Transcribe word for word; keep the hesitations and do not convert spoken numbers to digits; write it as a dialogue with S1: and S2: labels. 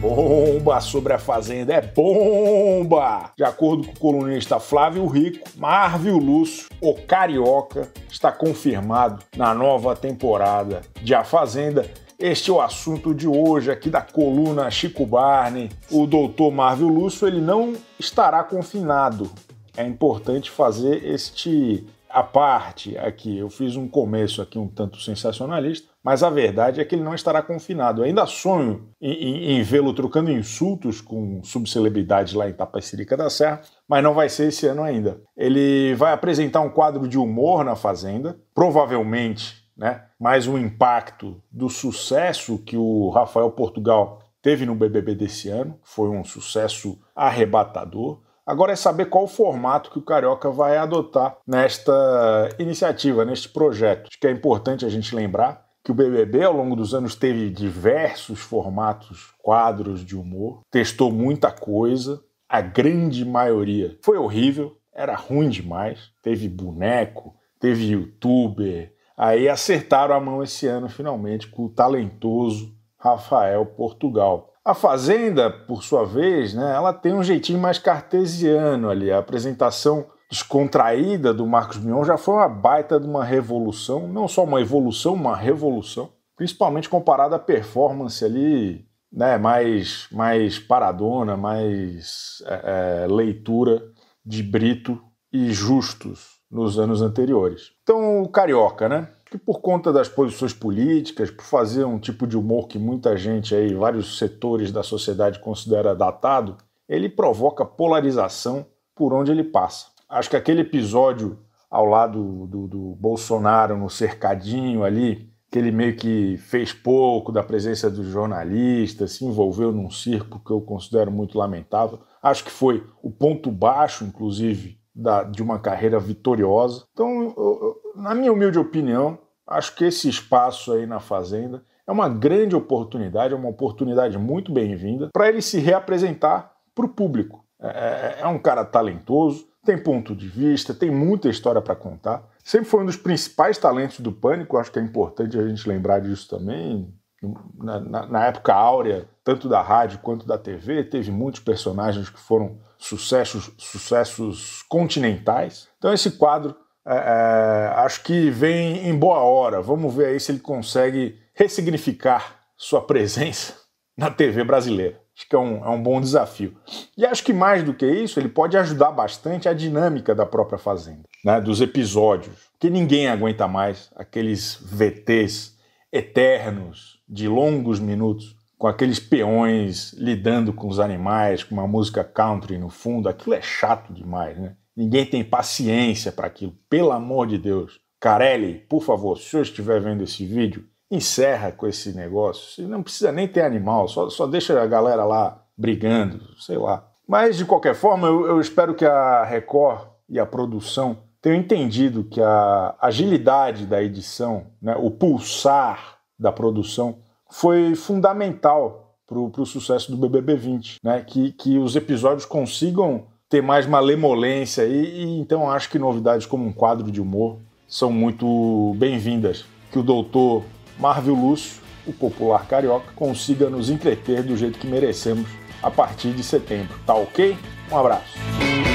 S1: bomba sobre a Fazenda, é bomba! De acordo com o colunista Flávio Rico, Marvio Lúcio, o Carioca, está confirmado na nova temporada de A Fazenda. Este é o assunto de hoje aqui da coluna Chico Barney. O doutor Marvio Lúcio, ele não estará confinado. É importante fazer este à parte aqui. Eu fiz um começo aqui um tanto sensacionalista, mas a verdade é que ele não estará confinado. Eu ainda sonho em, em, em vê-lo trocando insultos com subcelebridades lá em Tapecerica da Serra, mas não vai ser esse ano ainda. Ele vai apresentar um quadro de humor na Fazenda, provavelmente, né, mais um impacto do sucesso que o Rafael Portugal teve no B B B desse ano. Foi um sucesso arrebatador. Agora é saber qual o formato que o Carioca vai adotar nesta iniciativa, neste projeto. Acho que é importante a gente lembrar que o B B B, ao longo dos anos, teve diversos formatos, quadros de humor, testou muita coisa, a grande maioria foi horrível, era ruim demais, teve boneco, teve youtuber. Aí acertaram a mão esse ano, finalmente, com o talentoso Rafael Portugal. A Fazenda, por sua vez, né, ela tem um jeitinho mais cartesiano ali. A apresentação descontraída do Marcos Mion já foi uma baita de uma revolução, não só uma evolução, uma revolução, principalmente comparada à performance ali, né, mais, mais paradona, mais é, é, leitura de Brito e Justus nos anos anteriores. Então, o Carioca, né? Que por conta das posições políticas, por fazer um tipo de humor que muita gente aí, vários setores da sociedade considera datado, ele provoca polarização por onde ele passa. Acho que aquele episódio ao lado do, do Bolsonaro no cercadinho ali, que ele meio que fez pouco da presença dos jornalistas, se envolveu num circo que eu considero muito lamentável. Acho que foi o ponto baixo, inclusive, Da, de uma carreira vitoriosa. Então, eu, eu, na minha humilde opinião, acho que esse espaço aí na Fazenda é uma grande oportunidade, é uma oportunidade muito bem-vinda para ele se reapresentar para o público. É, é um cara talentoso, tem ponto de vista, tem muita história para contar. Sempre foi um dos principais talentos do Pânico, acho que é importante a gente lembrar disso também. Na, na, na época áurea, tanto da rádio quanto da T V, teve muitos personagens que foram sucessos, sucessos continentais. Então esse quadro, é, é, acho que vem em boa hora. Vamos ver aí se ele consegue ressignificar sua presença na T V brasileira. Acho que é um, é um bom desafio. E acho que mais do que isso, ele pode ajudar bastante a dinâmica da própria Fazenda, né, dos episódios, porque ninguém aguenta mais aqueles V Ts eternos de longos minutos, com aqueles peões lidando com os animais, com uma música country no fundo. Aquilo é chato demais, né? Ninguém tem paciência para aquilo, pelo amor de Deus. Carelli, por favor, se o senhor estiver vendo esse vídeo, encerra com esse negócio. Você não precisa nem ter animal, só, só deixa a galera lá brigando, sei lá. Mas, de qualquer forma, eu, eu espero que a Record e a produção tenham entendido que a agilidade da edição, né, o pulsar da produção, foi fundamental para o sucesso do B B B vinte, né? Que, que os episódios consigam ter mais malemolência e, e então acho que novidades como um quadro de humor são muito bem-vindas. Que o doutor Marvio Lúcio, o popular carioca, consiga nos entreter do jeito que merecemos a partir de setembro. Tá ok? Um abraço.